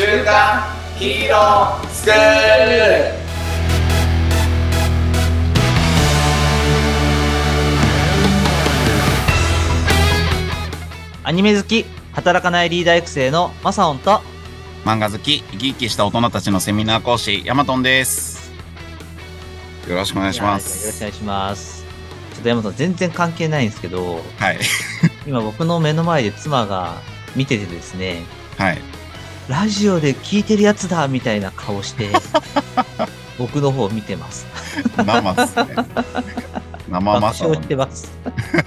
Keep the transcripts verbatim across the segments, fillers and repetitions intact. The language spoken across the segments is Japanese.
週刊ヒーロースクール。 アニメ好き、働かないリーダー育成のマサオンと、 漫画好き、生き生きした大人たちのセミナー講師、ヤマトンです。よろしくお願いします。 よろしくお願いします。ちょっとヤマトン全然関係ないんですけど、 はい。 今僕の目の前で妻が見ててですね、 はい。 ラジオで聞いてるやつだみたいな顔して、僕の方を見てます。 生っすね。生マサオン。 爆笑してます。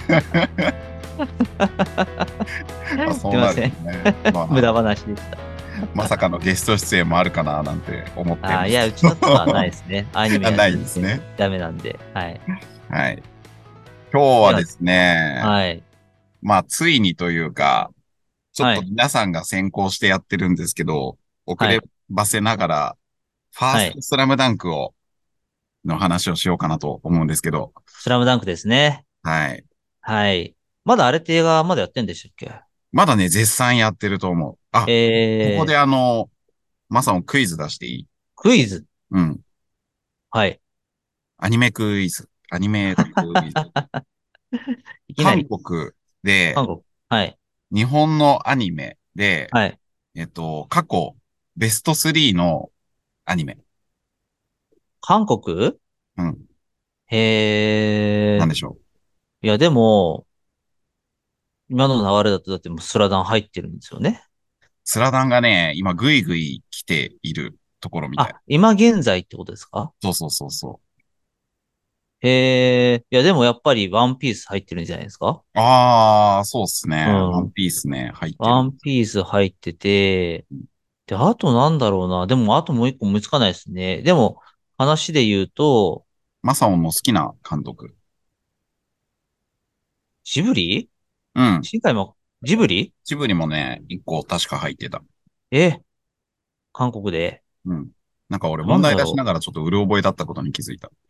あ、そうなんですね。まあ、 無駄話でした。 まさかのゲスト出演もあるかななんて思ってます。 あ、いや、うちの妻はないですね。アニメはないですね。 ダメなんで。はい。 はい。今日はですね、 はい。 まあ、ついにというか、ちょっとはい。 皆さんが先行してやってるんですけど、遅ればせながら、ファーストスラムダンクを、の話をしようかなと思うんですけど。 スラムダンクですね。 はい。 はい。まだあれって映画まだやってんでしたっけ？ まだね、絶賛やってると思う。あ、ここえー、 であの、マサオンクイズ出していい？ クイズ。 うん。 はい。 アニメクイズ。アニメクイズ。韓いきなり。 国で、 韓国。はい。 日本のアニメで、 はい。 えっと、過去、ベストスリーのアニメ。 韓国。 うん。 へー。 なんでしょう。 いや、でも、今の流れだとだってもうスラダン入ってるんですよね。 スラダンがね、今ぐいぐい来ているところみたい。 あ、今現在ってことですか？ そうそうそうそへー。いや、でもやっぱりワンピース入ってるんじゃないですか？ う。あー、そうっすね。ワンうん。 ピースね、入ってる。 ワンピース入ってて、で、あとなんだろうな。でも、あともう一個思いつかないですね。でも、話で言うと、 マサオンの好きな監督。 ジブリ。 うん。 新海も、ジブリ。 ジブリもね、一個確か入ってた。 え、韓国で。 うん。なんか俺問題出しなんだろながらちょっとうる覚えだったことに気づいた。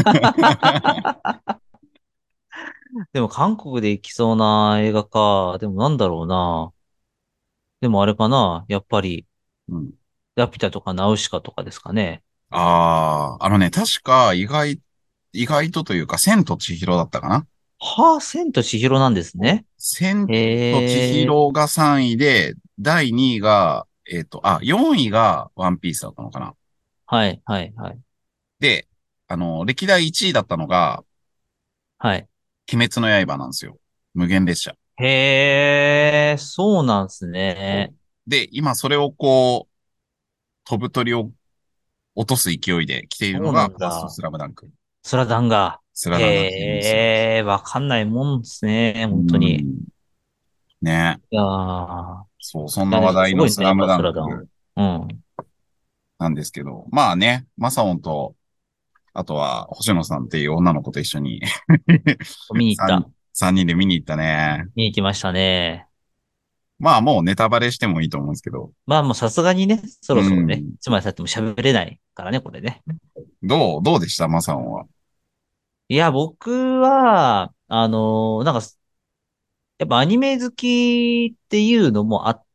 う。でも、韓国で行きそうな映画か。でも、なんだろうな。でも、あれかな。やっぱり、 うん。 ラピュタとかナウシカとかですかね。 ああ、あのね、確か意外、意外とというか、千と千尋だったかな。 はあ、千と千尋なんですね。 千と千へえ。 尋がさんいで、だいにいが、えっと、あ、よんいがワンピースだったのかな。 はい、はい、はい。 で、あの、歴代いちいだったのが、 はい。 鬼滅の刃なんですよ。無限列車。 へえ、そうなんですね。 で、今それをこう、飛ぶ鳥を落とす勢いで来ているそうなのが、ファーストんだ。 スラムダンク。 スラダンが。 スラダンが来てるんですよ。 へえ、わかんないもんですね。 う本当に。 ん。ね。 いやー。 そう、そんいや、でもな話題すごいね、やっぱのスラムダスラダン。 ンクうん。 なんですけど、まあね、マサオンと、あとは星野さんっていう女の子と一緒に三見に行った。 三人で見に行ったね。 見に行きましたね。 まあもうネタバレしてもいいと思うんですけど。 まあもうさすがにね、そうろそろね、 ん。 つまりさっても喋れないからね、これね。 どう、どうでしたマサオンは？ いや、僕は、あのーなんか、やっぱアニメ好きっていうのもあって、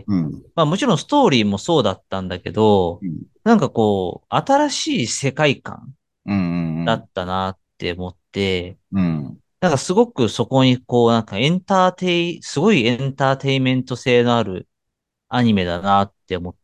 うん。 まあもちろんストーリーもそうだったんだけど、 うん。 なんかこう、新しい世界観うん。うん。 だったなって思って、 うん。 なんかすごくそこにこう、なんかエンターテイ、すごいエンターテイメント性のあるアニメだなって思って、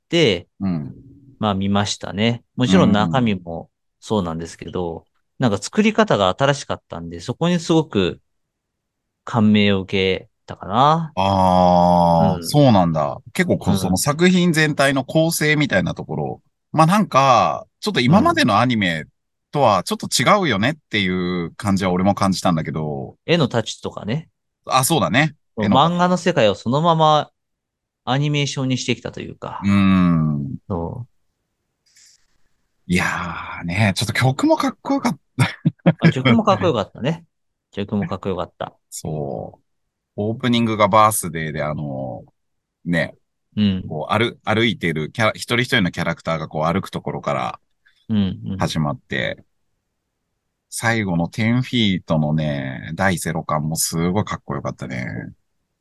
うん。 まあ見ましたね。もうちろん中ん。 身もそうなんですけど、なんか作り方が新しかったんで、そこにすごく感銘を受けたかな。うああ、 ん。 そうなんだ。結構こうそのうん。 作品全体の構成みたいなところ。まあなんか、ちょっとうん。 今までのアニメとはちょっと違うよねっていう感じは俺も感じたんだけど、 絵のタッチとかね。 あ、そうだね。絵のタッチ。 漫画の世界をそのままアニメーションにしてきたというか。 うーん。 そう。 いやーね、ちょっと曲もかっこよかった。 あ、曲もかっこよかったね。曲もかっこよかった。 そう。オープニングがバースデーであの、ね、 うん。 こう歩、歩いてるキャラ、一人一人のキャラクターがこう歩くところからうん。うん。 始まって、最後のじゅうフィートのね、第ゼロ感もすごいかっこよかったね。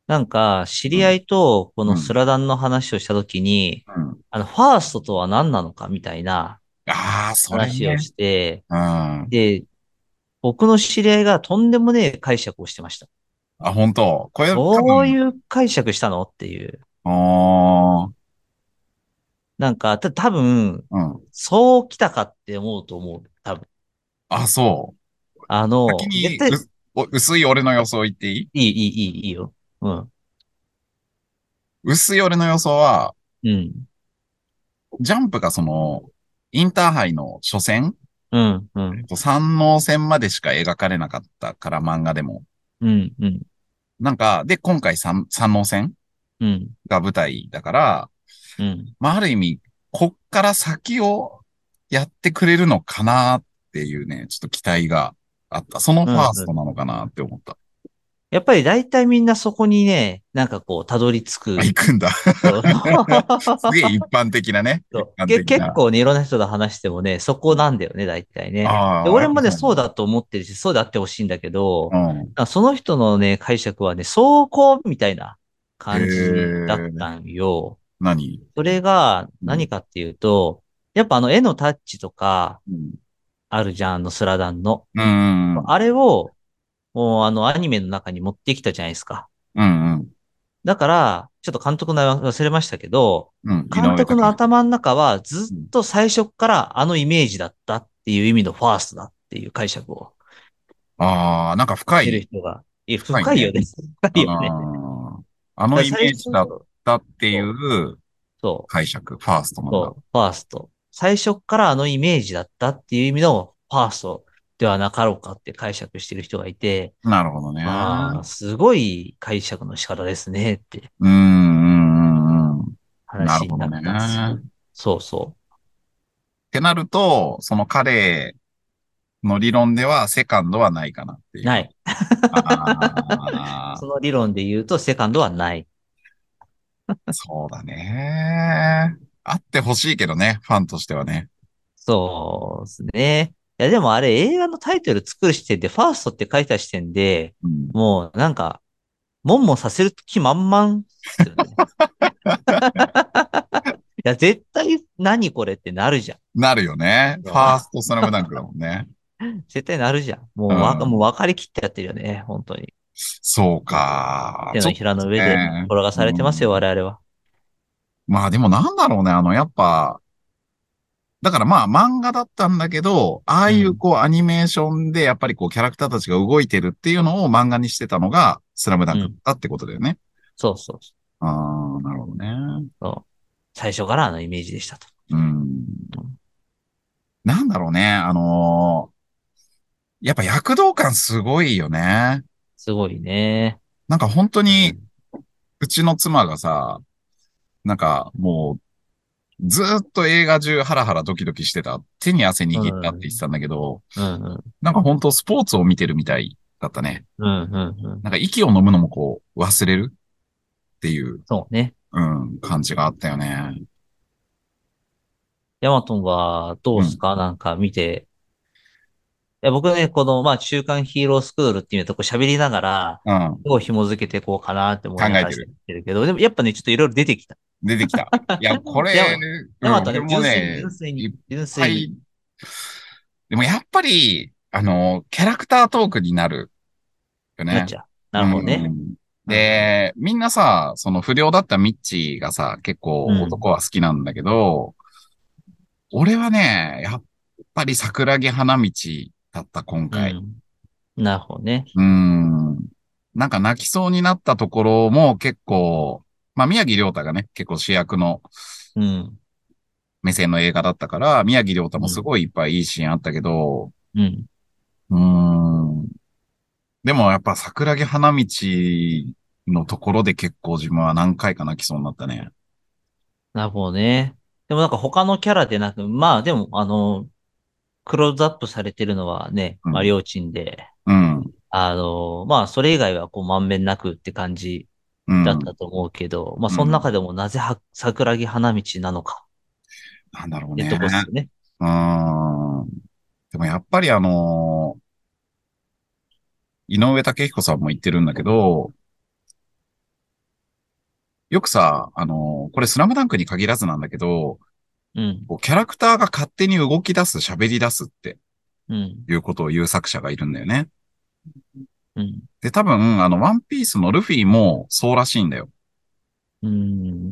なんか、知り合うん。 いとこうん。 のスラダンの話をしたときに、 うん。 あの、ファーストとは何なのかみたいなああ、それね。 話をして、 うん。あ、 で、僕の知り合いがとんでもねえ解釈をしてました。 本当。これ多分、 どういう解釈したのっていう。 ああ、 なんか、た、多分、 うん。 そう来たかって思うと思う。多分。 あ、そう。 あの、絶先に、う、 対、 お薄い俺の予想言っていい？ いい、いい、いい、いいよ。うん。 薄い俺の予想は、 うん。 ジャンプがその、インターハイの初戦、 うん、うん、 えっと三能戦までしか描かれなかったから、漫画でも。 うん、うん、 なんか、で、今回三、三能戦うん、 が舞台だから、 うん、 まあ、ある意味、こっから先をやってくれるのかなっていうね、ちょっと期待があった。そのうん、 ファーストうん。 なのかなって思った。 やっぱり大体みんなそこにね、なんかこう、たどり着あ、行く。 くんだ。 そうすげえ一般的なね。一そうけ、 般的な。 結構ね、いろんな人と話してもね、そこなんだよね、大体ね。で、 ああ、や俺もね、 っぱそうなんだ。 そうだと思ってるし、そうであってほしいんだけど、 うん。 あその人のね、解釈はね、走行みたいなへ感じだっえ、 たんよ。 何？ それがうん。 何かっていうと、やっぱあの絵のタッチとかうん。 あるじゃん、あのスラダンの。 うん。うん。 あれを、もうあのアニメの中に持ってきたじゃないですか。 うん。 だから、ちょっと監督の名前忘れましたけど、 うん。井監督の上武彦。 頭の中はずっうん。 と最初っからあのイメージだったっていう意味のファーストだっていう解釈をああ、なんか深してるい。 人が、いや、 深いね。 深いよね。深いあよね。 あ、あのイだから最初、 メージだったっていそう、 うそう、 解釈、ファーストなんだ。 そう、ファースト。最初っからあのイメージだったっていう意味のファーストではなかろうかって解釈してる人がいて、 なるほどね。 ああ、すごい解釈の仕方ですねってうーん、うん、うん。なるほど話になったんですよ。 ね。 そうそってなると、その彼の理論ではセカンドはないかなってう。 いう。 ない。 ああ、 その理論で言うと、セカンドはない。 そうだね。あってほしいけどね、ファンとしてはね。 そうですね。いや、でもあれ、映画のタイトル作る時点で、ファーストって書いた時点で、 うん。 もう、なんか、もんもんさせる気満々っすよね。いや、絶対、何これってなるじゃん。 なるよね。フそうァーストスラムダンクだもんね。 絶対なるじゃん。 うもうわか、もうん。 分かりきってやってるよね。本当に。 そうか。 手のちょっとひらの上でね。 転がされうてますよ、 ん。 我々は。 まあでもなんだろうね。あの、やっぱ、だからまあ漫画だったんだけど、ああいううん。 こうアニメーションでやっぱりこうキャラクターたちが動いてるっていうのを漫画にしてたのがスラムダンクだっうん。 たってことだよね。 そうそうああ、なるほどね。 そう。最初からあのイメージでしたと。 うん。 うん、 なんだろうね。あのーやっぱ躍動感すごいよね。 すごいね。 なんか本当に、 うん。 うちの妻がさ、なんかもうずーっと映画中ハラハラドキドキしてた。手に汗う握ったって言ってん。 たんだけど、 うん。うん。 なんか本当スポーツを見てるみたいだったね。 うん。うん。 なんか息を飲むのもこう忘れるっていう、 そうね。 うん、感じがあったよね。 ヤマトンはどううん、 すかなんか見て。いや、僕ね、この、まあ、週刊ヒーロースクールっていうとこ喋りながら、 うん、 どう紐づけていこうかなって思いながら喋っ考えてる。 てるけど、でもやっぱね、ちょっといろいろ出てきた。 出てきた。いや、これ、 ヤマ、 うん、 ヤマトはね、 俺も純粋に、 ね、 純粋に、 いっ純粋に。 ぱい、でもやっぱり、あの、キャラクタートークになるよね。 なっちゃう。なうるほどね。 ん。 うん。 で、みんなさ、その不良だったミッチーがさ、結構うん。 男は好きなんだけど、俺はね、やっぱり桜木花道だった、今回。 うん。なるほどね。 うーん。なんか泣きそうになったところも結構、まあ宮城亮太がね、結構主役のうん。 目線の映画だったから、宮城亮太もすうん。 ごいいっぱいいいシーンあったけど、 うん。 うーん。でもやっぱ桜木花道のところで結構自分は何回か泣きそうになったね。 なるほどね。でもなんか他のキャラでなく、まあでも、あの、クローズアップされてるのはね、まあ、 うん。 りょーちんで、 うん。 あの、まあ、それ以外はこう、まんべんなくって感じうん。 だったと思うけど、まあ、そのうん。 中でもなぜは桜木花道なのかなんだろうね。 ってとこっすよね。 うーん。でもやっぱりあのー井上武彦さんも言ってるんだけど、 よくさ、あの、これスラムダンクに限らずなんだけど、 うん。 こうキャラクターが勝手に動き出す、喋り出すってうん。 いうことを言う作者がいるんだよね。 うん。 で、多分、あの、ワンピースのルフィもそうらしいんだよ。 うん。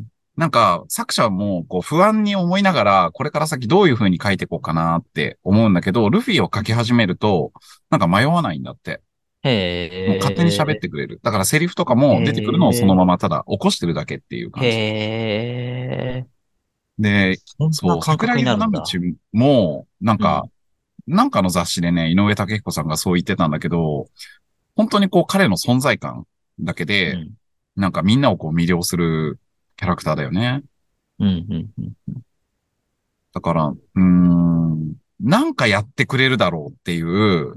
なんか、作者もこう不安に思いながら、これから先どういう風に書いていこうかなって思うんだけど、ルフィを書き始めると、なんか迷わないんだって。 へもう勝手に喋っえ。 てくれる。だからセリフとかへも出てくるのをそのまえ。 まただ起こしてるだけっていうへ感じ。 え。 で、 そんなそう、 感覚にな桜木花道るんだ。 も、なんか、 うん。 なんかの雑誌でね、井上武彦さんがそう言ってたんだけど、本当にこう彼の存在感だけで、 うん。 なんかみんなをこう魅了するキャラクターだよね。 うん。うん。うん。 だから、うーん、なんかやってくれるだろうっていう、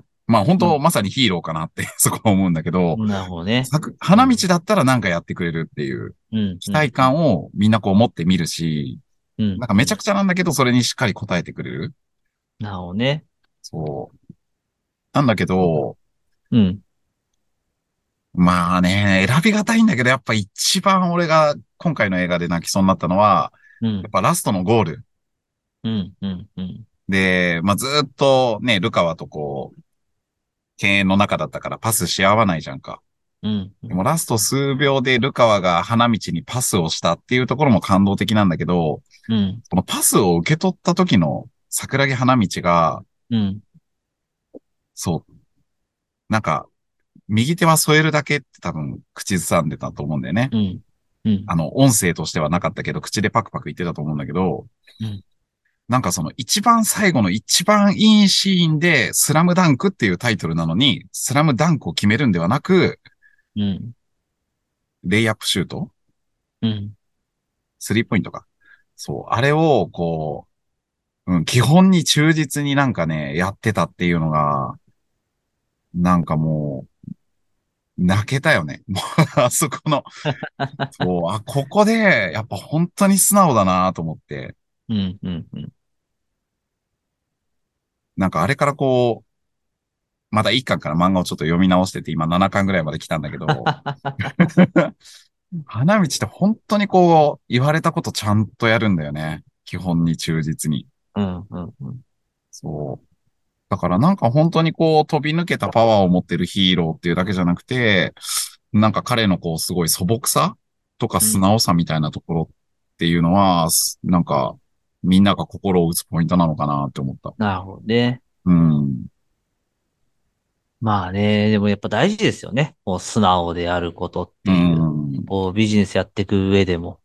まあ本うん。 当まさにヒーローかなってそこは思うんだけど、 なるほどね。 作花道うん。 だったらなんかやってくれるっていううん。うん。 期待感をみんなこう持ってみるし、 うん。うん。 なんかめちゃくちゃなんだけど、それにしっかり答えてくれる。 なるほどね。 そう。なんだけど、 うん。 まあね、選びがたいんだけど、やっぱ一番俺が今回の映画で泣きそうになったのは、 うん。 やっぱラストのゴール。 うん。うん。うん。 で、まあずーっとね、ルカワとこう、敬遠の中だったからパスし合わないじゃんか。 うん。うん。 でもラスト数秒でルカワが花道にパスをしたっていうところも感動的なんだけど、 うん。 このパスを受け取った時の桜木花道が、 うん。 そう、なんか、右手は添えるだけって多分口ずさんでたと思うんだよね。 うん。うん。 あの、音声としてはなかったけど、口でパクパク言ってたと思うんだけど、 うん。 なんかその一番最後の一番いいシーンで、スラムダンクっていうタイトルなのに、スラムダンクを決めるんではなく、 うん。 レイアップシュートうん。 スリーポイントか。そう。あれを、こう、うん、基本に忠実になんかね、やってたっていうのが、なんかもう、泣けたよね。もう、あそこの、そう、あ、ここで、やっぱ本当に素直だなと思って、 うん。うん。うん。 なんかあれからこう、まだいっかんから漫画をちょっと読み直してて、今ななかんぐらいまで来たんだけど、花道って本当にこう、言われたことちゃんとやるんだよね。基本に忠実に。 うん。うん。うん。 そう。だからなんか本当にこう、飛び抜けたパワーを持ってるヒーローっていうだけじゃなくて、なんか彼のこう、すごい素朴さとか素直さみたいなところっていうのは、すなんか、みんなが心を打つポイントなのかなって思った。 なるほどね。 うん。 まあね、でもやっぱ大事ですよね。こう素直であることっうていう。 ん。 こうビジネスやっていく上でも。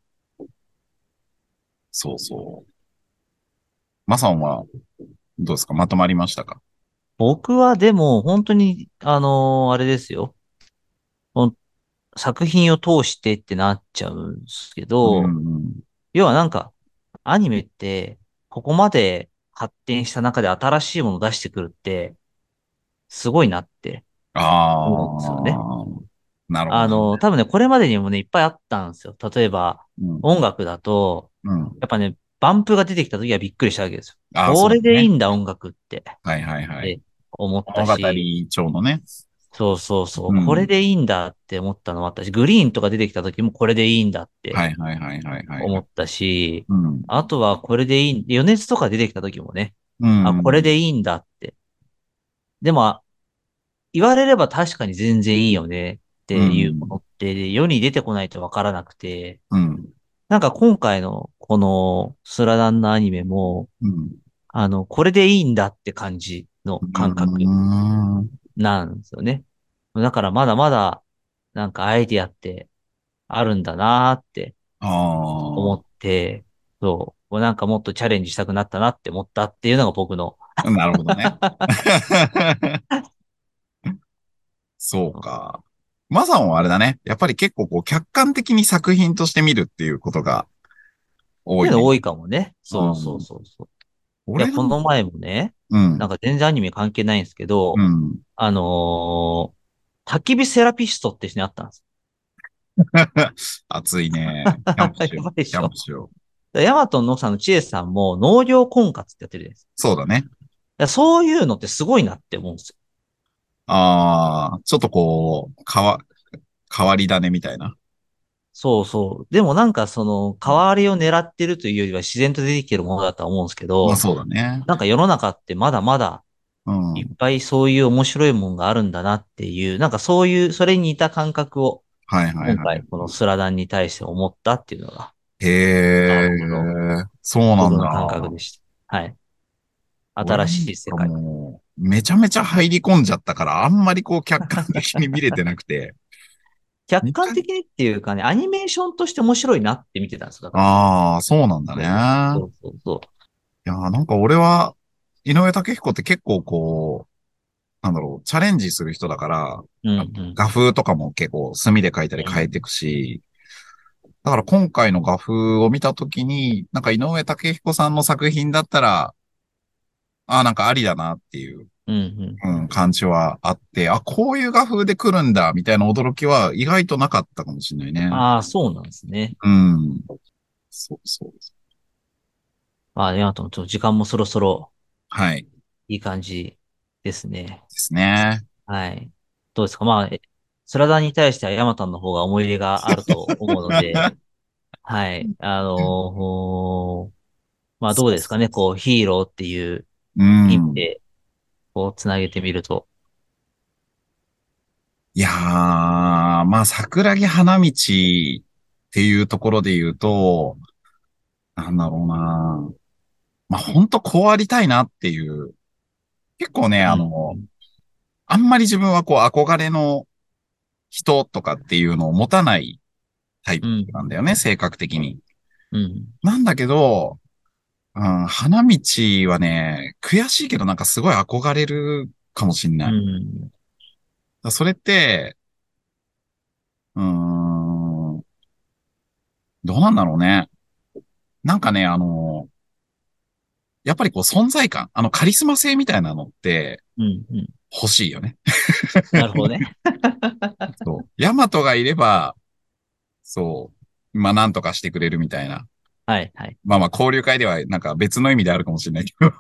そうそう。マさんはどうですか？まとまりましたか？ 僕はでも本当に、あのーあれですよ。ほん作品を通してってなっちゃうんですけうど、 ん。 要はなんか、アニメって、ここまで発展した中で新しいものを出してくるって、すごいなって思うんですよね。 ああ、なるほどね。 あの、多分ね、これまでにもね、いっぱいあったんですよ。例えば、 うん。 音楽だと、 うん。 やっぱね、バンプが出てきた時はびっくりしたわけですよ。 ああ、 これそうだね。 でいいんだ、音楽って。 はいはいはい。 って思った物語し、 調のね。 そうそうそう、 うん。 これでいいんだって思ったのもあったし、グリーンとか出てきた時もこれでいいんだってはいはいはいはいはいはい。 思ったし、 うん。 あとはこれでいい、余熱とか出てきた時もね、 うあ、これん。 でいいんだって。でも、言われれば確かに全然いいよねっうていうものん。 って世に出てこないとわからなくて、 うん。 なんか今回のこのスラダンのアニメも、 うん。 あの、これでいいんだって感じのう感覚ん。 なんですよね。だからまだまだ、なんかアイディアってあるんだなーって思あって、そう、なんかもっとチャレンジしたくなったなって思ったっていうのが僕の。 あ、なるほどね。そうか。マさんはあれだね。やっぱり結構こう客観的に作品として見るっていうことが多いね。 っていうの多いかもね。そうそううん。 そうそう。いや、 俺なんか、 この前もね、 うん。 なんか全然アニメ関係ないんですけど、 うん。 あのー焚き火セラピストって人に会ったんです。 暑いね。キャンプしよう。 やばいでしキャンプょ。 しよう。 ヤマトの奥さんの千恵さんも農業婚活ってやってるじゃないですか。 そうだね。 いやそういうのってすごいなって思うんですよ。 ああ、ちょっとこう、かわ、変わり種みたいな。 そうそう。でもなんかその、変わりを狙ってるというよりは自然と出てきてるものだとは思うんですけど、 まあそうだね。 なんか世の中ってまだまだうん。はいっぱいそういう面白いもんがあるんだなっていう、なんかそういう、それに似た感覚をいはいはい。 今回このスラダンに対して思ったっていうのが、あへえ、 の、 そうなんだ。 僕の感覚でした。はい。 俺な新しい世んか界。 もう、めちゃめちゃ入り込んじゃったから、あんまりこう客観的に見れてなくて。 客めちゃ観的にっていうかね、アニメーションとして面白いなって見てたんですよ。だから。 ああ、そうなんだそうそうそね。 うそうそいやー、なんか俺は、井上武彦って結構こう、なんだろう、チャレンジする人だから、 う。うんあうん。 画風とかも結構墨で描いたり変えていくし、だから今回の画風を見たときに、なんか井上武彦さんの作品だったら、ああ、なんかありだなっていう、 うんうんうん、 うん。 感じはあって、あ、こういう画風で来るんだ、みたいな驚きは意外となかったかもしれないね。 ああ、そうなんですね。 うん。そうそう。 まあ、ヤマトもちょっと時間もそろそろはい。でいい感じですね。 すね。 はい。どうですか？まあ、えスラダンに対してはヤマトの方が思い入れがあると思うので、はい。あのーまあどうですかね。こう、ヒーローっていううん。 意味で、こう、つなげてみると。 いやー、まあ、桜木花道っていうところで言うと、なんだろうな。まあ、ほんとこうありたいなっていう。結構ね、 うあの、 ん。 あんまり自分はこう憧れの人とかっていうのを持たないタイプうん。 なんだよね、性格的に。 うん。 なんだけど、うん、花道はね、悔しいけどなんかすごい憧れるかもしんうない。 ん。 それって、うーん、どうなんだろうね。なんかね、あの、やっぱりこう存在感、あのカリスマ性みたいなのってうん。うん。 欲しいよね。 なるほどね。 そう。ヤマトがいれば、そう、まあなんとかしてくれるみたいな。 はい、はい。 まあまあ交流会ではなんか別の意味であるかもしれないけど、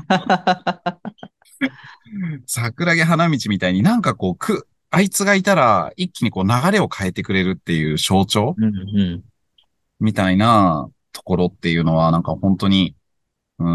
桜木花道みたいになんかこう、く、あいつがいたら一気にこう流れを変えてくれるっていう象徴うん。うん。 みたいなところっていうのはなんか本当に、うん、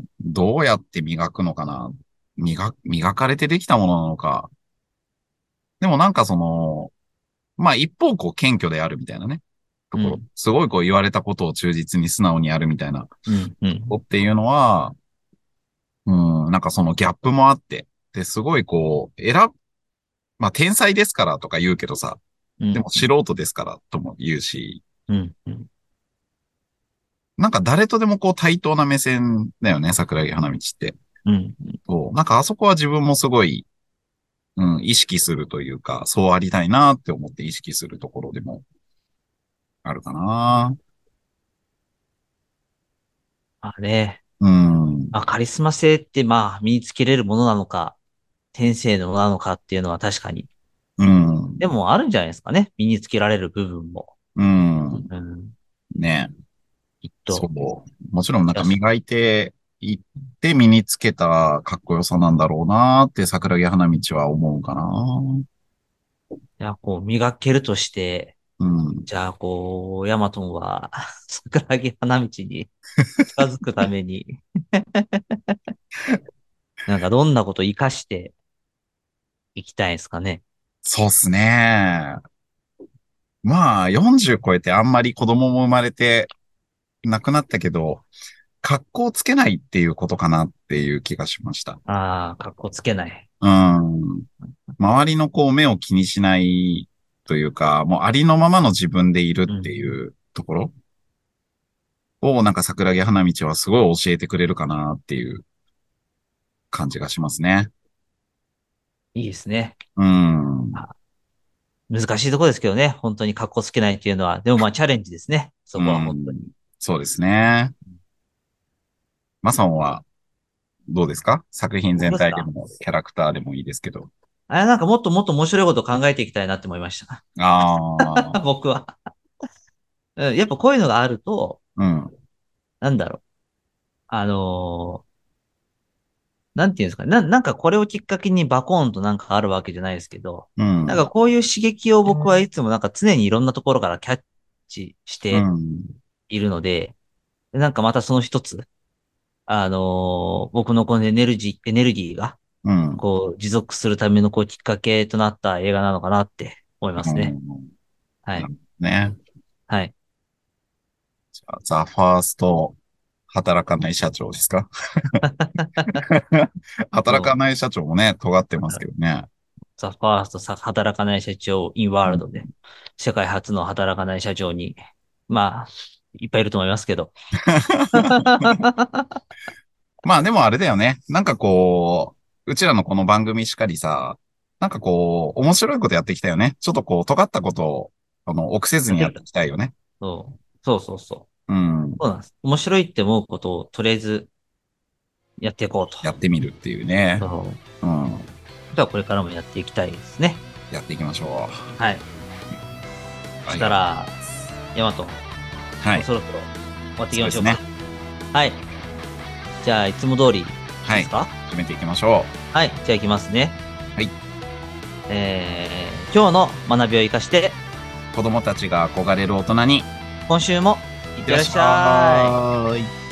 どうやって磨くのかな。磨、磨かれてできたものなのか。でもなんかその、まあ一方こう謙虚であるみたいなね、ところ。 うん。 すごいこう言われたことを忠実に素直にやるみたいなうん。うん。 っていうのは、うん、なんかそのギャップもあって、で、すごいこう、選ぶ、まあ天才ですからとか言うけどさ、 うん。 でも素人ですからとも言うし、 うん。うん。 なんか誰とでもこう対等な目線だよね、桜木花道って。 うん。 そう、なんかあそこは自分もすごい、うん、意識するというか、そうありたいなって思って意識するところでもあるかな。 まあね。 うん、 まあ、カリスマ性ってまあ身につけれるものなのか、天性のものなのかっていうのは確かに。 うん、 でもあるんじゃないですかね。身につけられる部分も。 うん、 うん。 ね。 きっと。 そう。もちろんなんいや、そか磨いていって身につけたかっこよさなんだろうなって桜木花道は思うかな。 いや、こう、磨けるとして、 うん。 じゃあ、こう、ヤマトンは、桜木花道に近づくために、なんかどんなことを活かしていきたいんですかね。 そうっすね。まあ、よんじゅう超えてあんまり子供も生まれて亡くなったけど、格好つけないっていうことかなっていう気がしました。 ああ、かっこつけない。 うん。周りのこう目を気にしないというか、もうありのままの自分でいるってうん。 いうところをなんか桜木花道はすごい教えてくれるかなっていう感じがしますね。 いいですね。 うん。 あ、難しいところですけどね。本当にかっこつけないっていうのは。でもまあチャレンジですね。そうこは本当に。 ん。そうですね。マサオはどうですか？作品全僕ですか？ 体でもキャラクターでもいいですけど。 あれなんかもっともっと面白いことを考えていきたいなって思いました。 ああ、 僕は。うん、やっぱこういうのがあると、 うん、 なんだろう。あのーなんていうんですかね。な、なんかこれをきっかけにバコーンとなんかあるわけじゃないですけど、 うん、 なんかこういう刺激を僕はいつもなんか常にいろんなところからキャッ致しうてん。 いるので、なんかまたその一つ、あのー僕のこのエネルギー、エネルギーが、 うん。 こう、持続するためのこう、きっかけとなった映画なのかなって思いますね。 うんはい。 なるほどね。 はい。 じゃあザ・ファースト、働かない社長ですか？働かそうない社長もね、尖ってますけどね。 ザ・ファーストさ、働かない社長、インワーうんルドで、世界初の働かない社長に、まあ、いっぱいいると思いますけど。 まあでもあれだよね。なんかこう、うちらのこの番組しかりさ、なんかこう、面白いことやっていきたいよね。ちょっとこう、尖ったことを、あの、臆せずにやっていきたいよね。 そう。そうそうそう。 うん。 そうなんです。面白いって思うことをとりあえずやっていこうと。 やってみるっていうね。 そう。 うん。 じゃあこれからもやっていきたいですね。 やっていきましょはい。 う。 そしたら、ヤマト、もはい。 うそろそろ終わっていきましょうか。 そうですはい。じゃあ、いつも通りはいですか？ 決めていきましょはい。じゃあ行きますね。 はい。 えー、今日の学びを生かして、 う。子供たちが憧れる大人に、 今週もいってらっしゃい。 い。